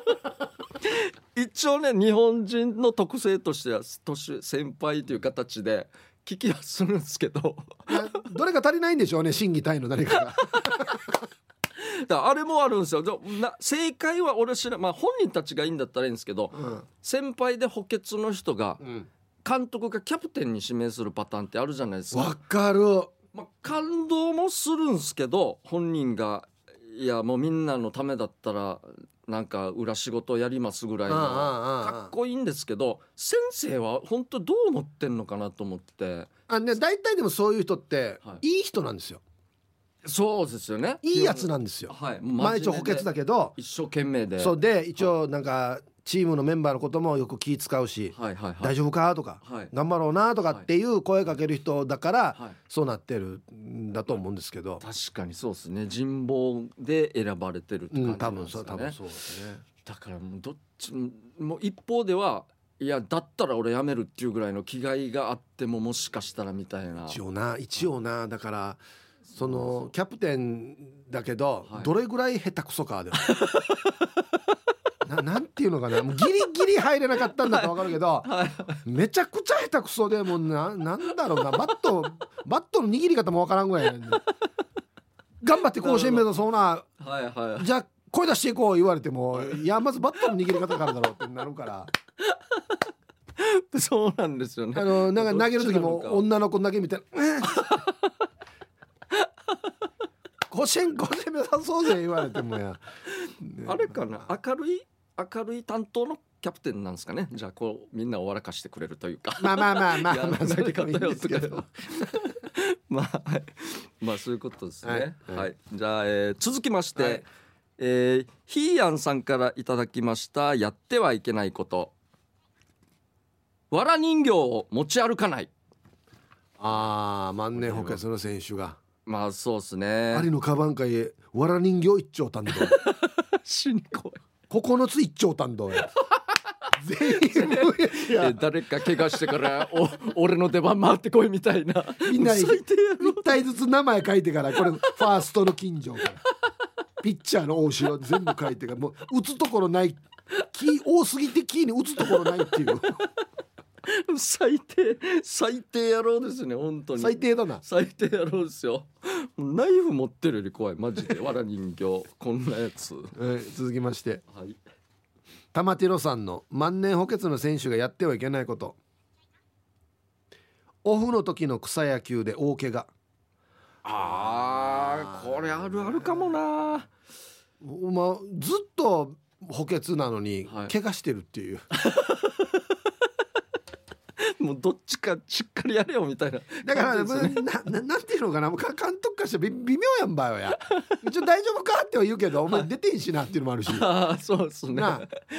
一応ね日本人の特性としては年先輩という形で聞きはするんですけどどれか足りないんでしょうね、心技体の誰かがだからあれもあるんですよ。正解は俺知ら、まあ、本人たちがいいんだったらいいんですけど、先輩で補欠の人が監督がキャプテンに指名するパターンってあるじゃないですか。 わかる。 感動もするんすけど、本人がいやもうみんなのためだったらなんか裏仕事やりますぐらいのかっこいいんですけど、先生は本当どう思ってんのかなと思って。 ね、大体でもそういう人って、いい人なんですよ。 そうですよね。 いいやつなんですよ。 はい。 まあ一応補欠だけど一生懸命で。 そうで一応なんかチームのメンバーのこともよく気使うし、大丈夫かとか、頑張ろうなとかっていう声かける人だから、そうなってるんだと思うんですけど。 確かにそうですね。人望で選ばれてるって感じなんですかね。 多分そうですね。 だからもうどっちも一方ではいやだったら俺辞めるっていうぐらいの気概があってももしかしたらみたいな。 一応なだからそのキャプテンだけど、どれぐらい下手くそかでもなんていうのかな、もうギリギリ入れなかったんだと分かるけど、めちゃくちゃ下手くそでもうなんだろうな、バットの握り方も分からんぐらい頑張って甲子園目指そうな、じゃあ声出していこう言われても、いやまずバットの握り方からだろうってなるからそうなんですよね。 なんか投げる時も女の子投げみたいな甲子園目指そうぜ言われてもやあれかな、明るい担当のキャプテンなんですかね。じゃあこうみんなを笑かしてくれるというかまあそういうこといいんですけどまあそういうことですね。はい、じゃあ、続きまして、ひーやんさんからいただきましたやってはいけないこと。わら人形を持ち歩かない。 万年補欠の選手がまあそうですね。 ありのカバンかへわら人形一丁担当死に怖い。 9つ一丁担当や全員誰か怪我してから俺の出番回ってこいみたいな。 みんなに1体ずつ名前書いてから、これファーストの金城からピッチャーの大城全部書いてから、もう打つところない、キー多すぎてキーに打つところないっていう最低野郎ですね。本当に最低だな。 最低野郎ですよ。ナイフ持ってるより怖いマジで。わら人形こんなやつ、 続きまして、玉ティロさんの万年補欠の選手がやってはいけないこと。オフの時の草野球で大怪我。 これあるあるかもな。 ずっと補欠なのに怪我してるっていう、 もうどっちかしっかりやれよみたいな。 だから、なんていうのかな、監督からして微妙やんばよや一応大丈夫かっては言うけど、お前出てんしなっていうのもあるしそうですね。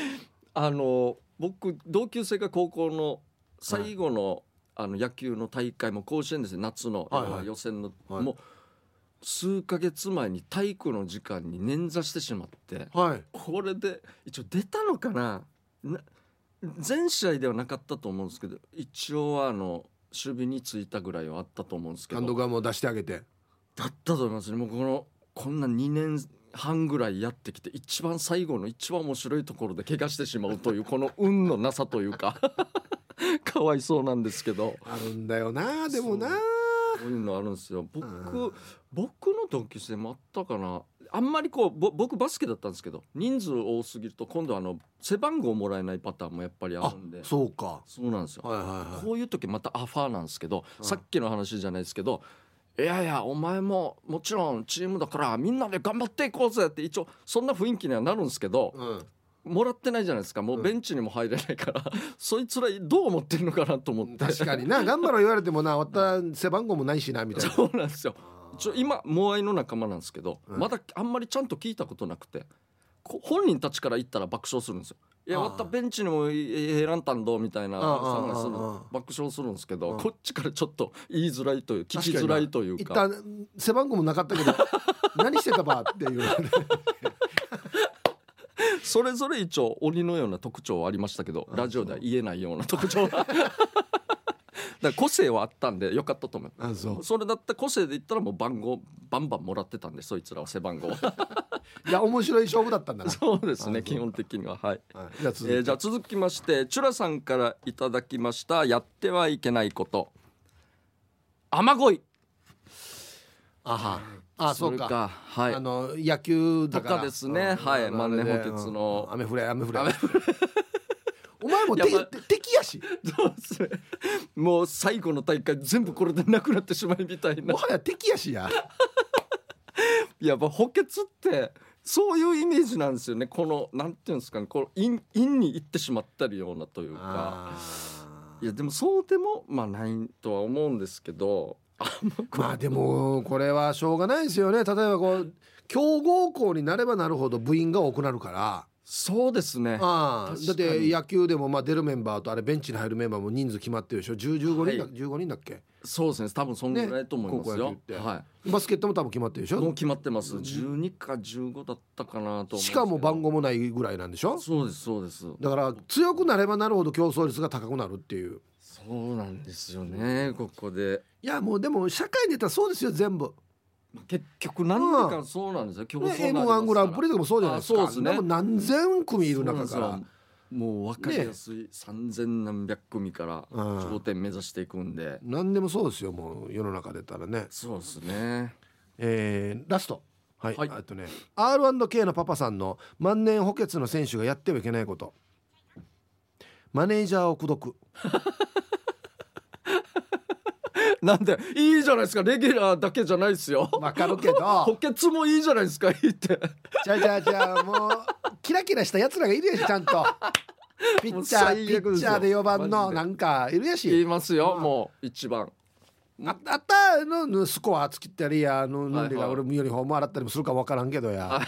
僕同級生が高校の最後の、野球の大会も甲子園ですね、夏の、予選の、もう数ヶ月前に体育の時間に捻挫してしまって、これで一応出たのかな、全試合ではなかったと思うんですけど、一応は守備についたぐらいはあったと思うんですけど、 監督がもう出してあげてだったと思いますね。もうこんな2年半ぐらいやってきて、一番最後の一番面白いところで怪我してしまうというこの運のなさというかかわいそうなんですけど、 あるんだよな。でもな、 そういうのあるんですよ。僕の同級生もあったかな。あんまり僕バスケだったんですけど、人数多すぎると今度背番号もらえないパターンもやっぱりあるんで。 そうか。 そうなんですよ、こういう時またアファーなんですけど、さっきの話じゃないですけど、いやお前ももちろんチームだからみんなで頑張っていこうぜって一応そんな雰囲気にはなるんですけど、もらってないじゃないですか。もうベンチにも入れないから、そいつらどう思ってるのかなと思って。 確かにな、頑張ろう言われてもな、背番号もないしなみたいな。 そうなんですよ。今モアイの仲間なんですけど、まだあんまりちゃんと聞いたことなくて、本人たちから言ったら爆笑するんですよ。いやまたベンチにも選んだんどみたいな爆笑するんですけど、こっちからちょっと言いづらいという、聞きづらいというか、 一旦背番号もなかったけど何してたばっていうそれぞれ一応鬼のような特徴はありましたけど、ラジオでは言えないような特徴だから個性はあったんでよかったと思う。それだった個性で言ったらもう番号バンバンもらってたんで、そいつらは背番号いや面白い勝負だったんだな。 そうですね、基本的には。じゃあ続きまして、チュラさんからいただきましたやってはいけないこと。雨乞い。 そうか、野球だからとかですね。万年補欠の雨降れお前も敵やし、 そうですね。もう最後の大会全部これでなくなってしまいみたいな。 もはや敵やしや。 やっぱ補欠ってそういうイメージなんですよね。このなんていうんですかね、この陰に行ってしまったようなというか。いやでもそうでもまあないとは思うんですけど、 まあでもこれはしょうがないですよね。例えばこう強豪校になればなるほど部員が多くなるから。 そうですね。 だって野球でもまあ出るメンバーとあれベンチに入るメンバーも人数決まってるでしょ。15人だ、はい、15人だっけ。 そうですね、多分そんぐらいと思いますよ、ね、 はい、バスケットも多分決まってるでしょ。 もう決まってます。12か15だったかなと思う。 しかも番号もないぐらいなんでしょ。 そうですそうです。 だから強くなればなるほど競争率が高くなるっていう。 そうなんですよね。ここでいやもうでも社会に出たらそうですよ全部。 結局何でかそうなんですよ、競争になりますから。 M1 グランプリとかもそうじゃないですか。 そうですね。 でも何千組いる中からもう分かりやすい3000何百組から頂点目指していくんで、 何でもそうですよもう世の中出たらね。 そうですね。 ラスト、はい、 はい、 あとね R&K のパパさんの万年補欠の選手がやってはいけないこと、マネージャーを口説く。 なんでいいじゃないですか、レギュラーだけじゃないですよ。 わかるけど補欠もいいじゃないですか。いいってじゃあもうキラキラしたやつらがいるやしちゃんとピッチャーで4番のなんかいるやし。 言いますよ、もう一番あったのスコアつきったりやなんでか俺ユニフォーム洗ったりもするか分からんけどや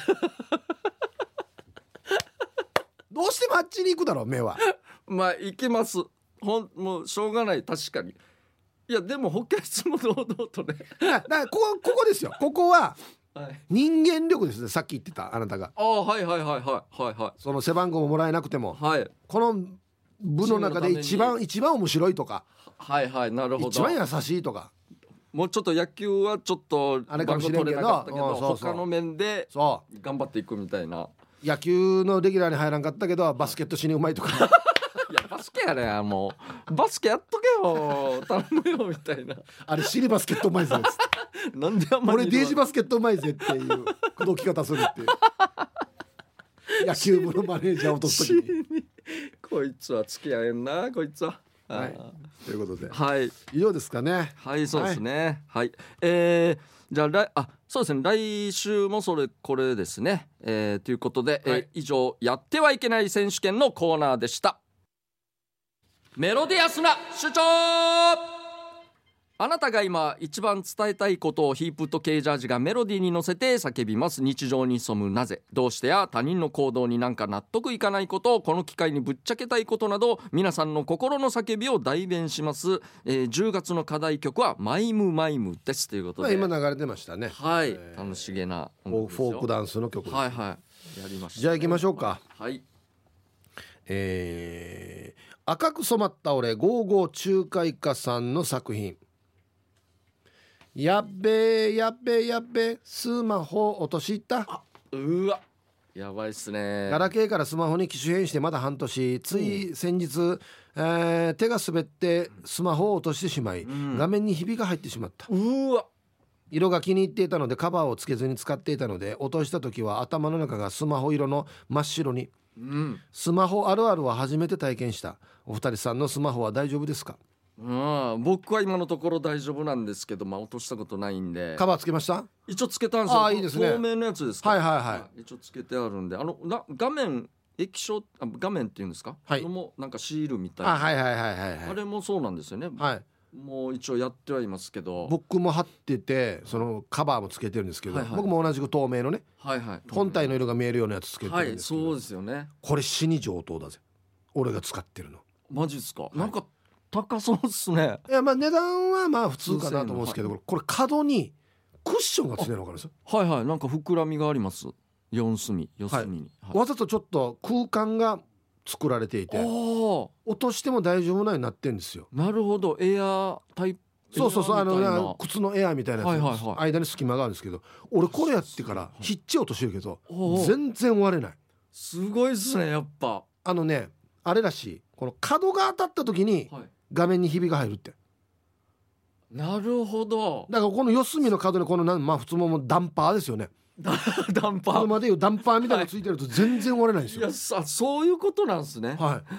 どうしてもあっちに行くだろう目は。 まあ行きます。もうしょうがない。確かに。いやでも補欠も堂々とね。 だからここですよ。ここは人間力ですね。さっき言ってたあなたが。 はいはいはいはいはいはい。 その背番号ももらえなくても、 はい、 この部の中で一番面白いとか、 はいはい、なるほど、 一番優しいとか。 もうちょっと野球はちょっとあれかもしれんけど、 他の面で頑張っていくみたいな。 野球のレギュラーに入らんかったけどバスケット死にうまいとかいやバスケやれ、もうバスケやっとけよ頼むよみたいな。 あれ死にバスケットうまいぜなんであんまり俺デージバスケットうまいぜっていう口説き方するっていう野球部のマネージャーを落とす時にこいつは付き合えんなこいつは。 はい、ということで、 はい、 以上ですかね。 はい、そうですね。はい、じゃあそうですね、来週もこれですね、ということで、はい、以上やってはいけない選手権のコーナーでした。メロディアスな主張。あなたが今一番伝えたいことをヒープとケージャージがメロディーに乗せて叫びます。日常に潜むなぜ、どうしてや他人の行動になんか納得いかないことをこの機会にぶっちゃけたいことなど、皆さんの心の叫びを代弁します。10月の課題曲はマイムマイムですということで、 今流れてましたね。 はい、楽しげなフォークダンスの曲です。 はいはい、やりました。 じゃあ行きましょうか。 はい、 赤く染まった俺55仲介家さんの作品。やっべスマホ落とした。 うわやばいっすね。 ガラケーからスマホに機種変してまだ半年、つい先日、手が滑ってスマホを落としてしまい、画面にひびが入ってしまった。 うわ、 色が気に入っていたのでカバーをつけずに使っていたので、落とした時は頭の中がスマホ色の真っ白に、スマホあるあるは初めて体験した。お二人さんのスマホは大丈夫ですか？ 僕は今のところ大丈夫なんですけど、落としたことないんで。 カバーつけました？ 一応つけたんですよ。 いいですね。 透明のやつですか？ はい一応つけてあるんで、画面液晶画面っていうんですか？ はい。 もなんかシールみたいな。 はいあれもそうなんですよね。 はい。 もう一応やってはいますけど。 僕も貼ってて、そのカバーもつけてるんですけど、僕も同じく透明のね、本体の色が見えるようなやつつけてるんですけど、 そうですよね。 これ死に上等だぜ。俺が使ってるの。 マジですか？なんか高そうっすね。 いや値段は普通かなと思うんですけど、これ角にクッションがついてるのかな。 はい、なんか膨らみがあります。四隅に、 わざとちょっと空間が作られていて、落としても大丈夫なようになってんですよ。 なるほど、エアタイプ。 そう靴のエアみたいなやつ、間に隙間があるんですけど、俺これやってからひっち落としてるけど全然割れない。 すごいっすね、やっぱ。 あれらしい、この角が当たった時に画面にひびが入るって。 なるほど。 だからこの四隅の角にこの普通もダンパーですよね。 ダンパー。 車でいうダンパーみたいなのついてると全然割れないんですよ。 いやそういうことなんですね。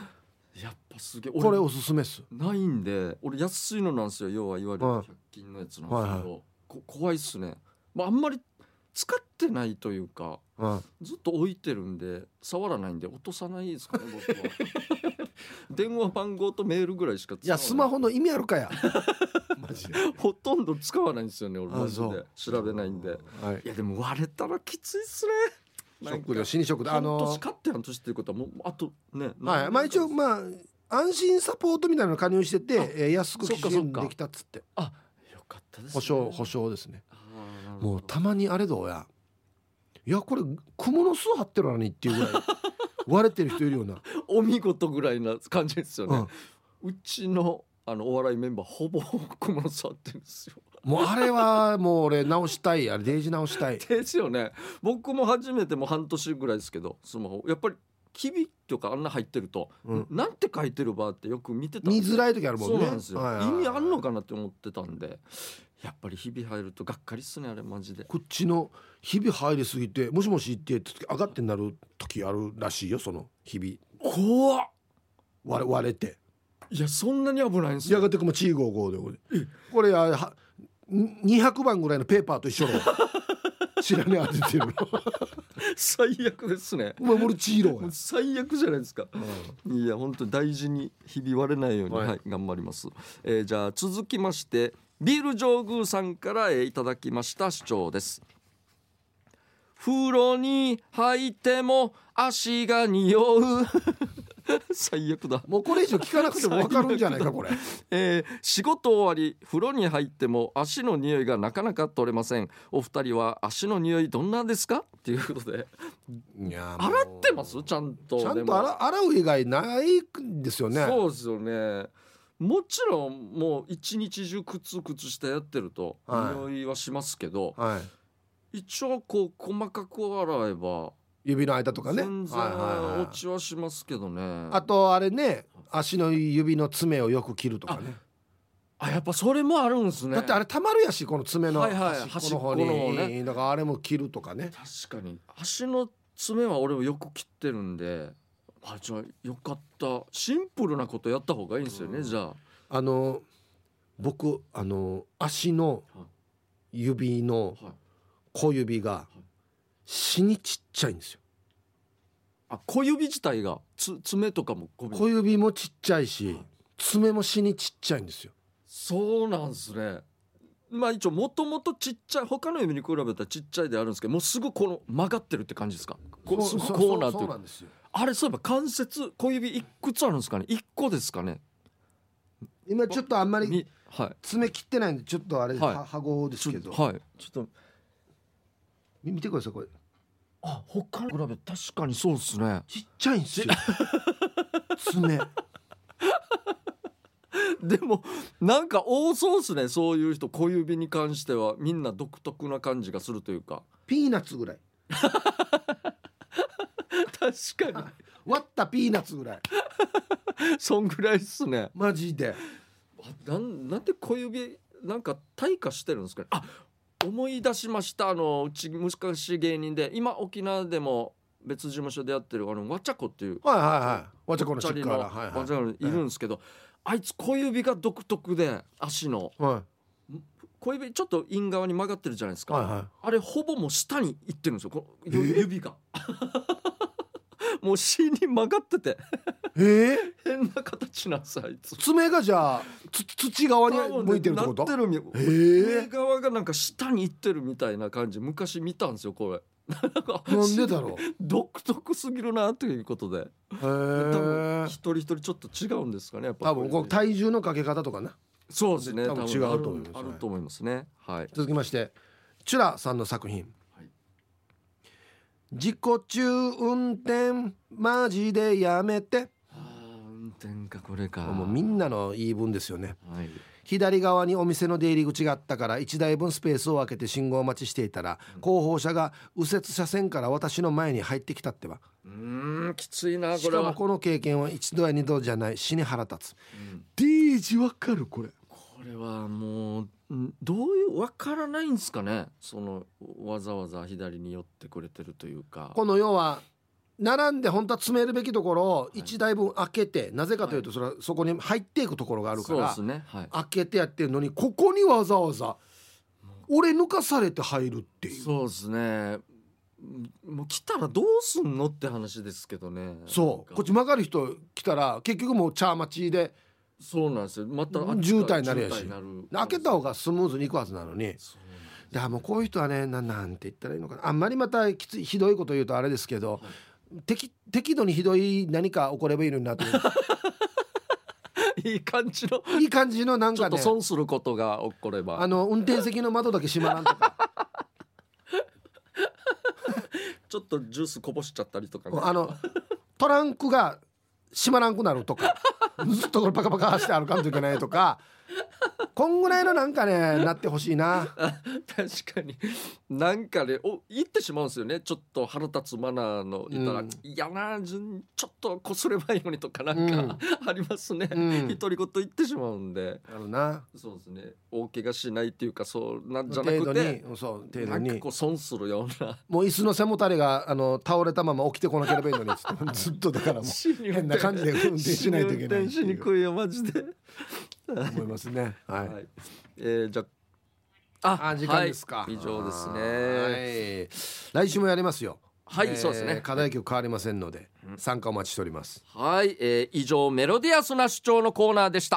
やっぱすげえ。 これおすすめっす。 ないんで、俺安いのなんですよ。要はいわゆる100均のやつなんですけど、 はいはい怖いっすね。まあ、あんまり使ってないというか、ずっと置いてるんで触らないんで落とさないですかね僕は。電話番号とメールぐらいしか使わない。 いやスマホの意味あるかや。マジでほとんど使わないんですよね俺マジでそう調べないんで。 はい。 いやでも割れたらきついっすね。 ショックで死にショックで半年買って半年っていうことはもうあとね。 はい。まあ一応まあ安心サポートみたいなの加入してて、安く期限できたっつって。 あ、よかったですね。 保証ですね。もうたまにあれどうや。いやこれ蜘蛛の巣張ってるのにっていうぐらい割れてる人いるような。 お見事ぐらいな感じですよね。うちのお笑いメンバーほぼ蜘蛛の巣張ってるんですよ。 もうあれはもう俺直したい。あれデージ直したいですよね。僕も初めてもう半年ぐらいですけどスマホやっぱりキビとかあんな入ってると、なんて書いてるばってよく見てたんで見づらい時あるもんね。 そうなんですよ、意味あんのかなって思ってたんで、やっぱり日々入るとがっかりっすねあれマジで。 こっちの日々入りすぎてもしもしって上がってなる時あるらしいよ。その日々 怖っ。 割れていやそんなに危ないんですよ。 やがてくもチーゴーゴーでこれは200番ぐらいのペーパーと一緒の白に当ててるの最悪ですね。 もうチーローや。 最悪じゃないですか、いや本当に大事にひび割れないように、はい頑張ります。じゃあ続きましてビール上宮さんから、いただきました主張です。風呂に入っても足が匂う最悪だ。 もうこれ以上聞かなくても分かるんじゃないかこれ。 仕事終わり風呂に入っても足の匂いがなかなか取れません。お二人は足の匂いどんなんですかっていうことで。 いや洗ってますちゃんと。 ちゃんと洗う以外ないんですよね。 そうですよね。もちろんもう一日中靴下やってると匂いはしますけど、一応こう細かく洗えば指の間とかね全然落ちはしますけどね。 あとあれね足の指の爪をよく切るとかね。 やっぱそれもあるんですね。 だってあれたまるやしこの爪の端っこの方ね。 だからあれも切るとかね。 確かに足の爪は俺もよく切ってるんで、じゃあよかった。シンプルなことやった方がいいんですよね、じゃあ。 僕足の指の小指が死にちっちゃいんですよ。 小指自体が爪とかも小指もちっちゃいし、爪も死にちっちゃいんですよ。 そうなんですね。まあ一応もともとちっちゃい他の指に比べたらちっちゃいであるんですけど、もうすぐこの曲がってるって感じですか。こうなってる。あれそういえば関節小指いくつあるんですかね。1個ですかね。 今ちょっとあんまり爪切ってないんでちょっとあれ歯ごですけど、 ちょっと見てくださいこれ。 他に比べ確かにそうですね。 ちっちゃいんですよ爪でもなんか多そうですね。そういう人小指に関してはみんな独特な感じがするというか。 ピーナッツぐらい確かに割ったピーナッツぐらいそんぐらいっすねマジで。 なんで小指なんか退化してるんですかね。思い出しました。うち昔芸人で今沖縄でも別事務所でやってるわちゃこっていうわちゃこのシッカーわちゃこいるんですけど、あいつ小指が独特で足の、小指ちょっと陰側に曲がってるじゃないですか、あれほぼもう下にいってるんですよ指がもう芯に曲がってて変な形なんですあいつ。 爪がじゃあ土側に向いてるってこと？ なってる上側がなんか下にいってるみたいな感じ昔見たんですよこれ。 なんでだろう独特すぎるなということで。多分一人一人ちょっと違うんですかねやっぱ。 多分体重のかけ方とかな。 そうですね。 多分違うと思います。 あると思いますね。 続きましてチュラさんの作品、自己中運転マジでやめて。 運転かこれか。 もうみんなの言い分ですよね。左側にお店の出入り口があったから1台分スペースを空けて信号待ちしていたら、後方車が右折車線から私の前に入ってきたってば。 きついなこれは。 しかもこの経験は一度や二度じゃない、死に腹立つ。デージわかるこれ。 これはもうどういうわからないんですかね。そのわざわざ左に寄ってくれてるというか。 この要は並んで本当は詰めるべきところを1台分開けて、なぜかというとそこに入っていくところがあるから、 そうですね、はい、 開けてやってるのに、ここにわざわざ俺抜かされて入るっていう。 そうですね。もう来たらどうすんのって話ですけどね。 そうこっち曲がる人来たら結局もう茶待ちで、 そうなんですよ。また渋滞になるやし、 渋滞になる開けた方がスムーズにいくはずなのに。いやもうこういう人はね、なんて言ったらいいのかな、あんまりまたきついひどいこと言うとあれですけど、はい、適度にひどい何か起こればいいのになといい感じのなんかね、 ちょっと損することが起これば、 運転席の窓だけ閉まらんとかちょっとジュースこぼしちゃったりとか、ね、 トランクが閉まらんくなるとかずっとこれパカパカして歩かんといけないとかこんぐらいのなんかねなってほしいな。 確かになんかね言ってしまうんですよね。ちょっと腹立つマナーの言ったら、いやなちょっとこすればいいのにとかなんか、ありますね、独り言言ってしまうんで。 あるな。 そうですね。大怪我しないっていうか、そうなんじゃなくて程度になんかこう損するような、 もう椅子の背もたれが倒れたまま起きてこなければいいのにずっとだからもう変な感じで運転しないといけない。 運転しにくいよマジで思いますね。はい、はい、 じゃあ時間ですか、 はい、以上ですね。 来週もやりますよ。 はい、そうですね。 課題曲変わりませんので、参加お待ちしております。 はい、以上メロディアスな主張のコーナーでした。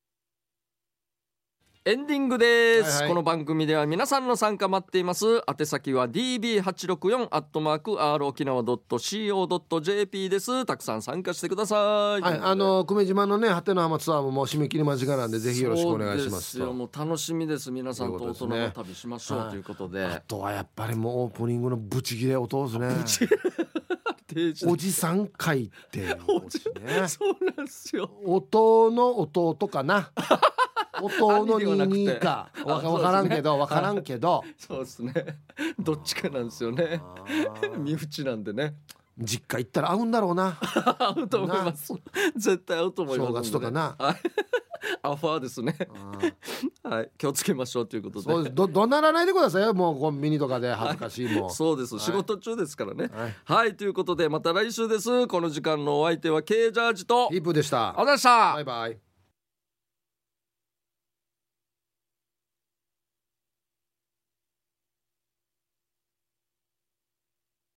エンディングです、はいはい、この番組では皆さんの参加待っています。宛先は db864@r 沖縄 .co.jp です。たくさん参加してください。 はい、久米島のね果ての浜ツアーももう締め切り間近なんで、ぜひよろしくお願いします。 そうですよ、もう楽しみです。皆さんと大人の旅しましょうということで、 あとはやっぱりもうオープニングのブチギレ音ですね。おじさん会っていうことですね。 そうなんですよ。 音の弟かな音の22か分からんけどそうですね、どっちかなんですよね。身内なんでね。 実家行ったら合うんだろうな。 合うと思います。絶対合うと思います、ね、 正月とかなアファーですね。はい、気をつけましょうということで。 そうです。どならないでくださいよ、もうコンビニとかで恥ずかしいもん、 そうです、仕事中ですからね。はい、ということでまた来週です。この時間のお相手は K ジャージとヒープでした。 ありがとうございました。 バイバイ。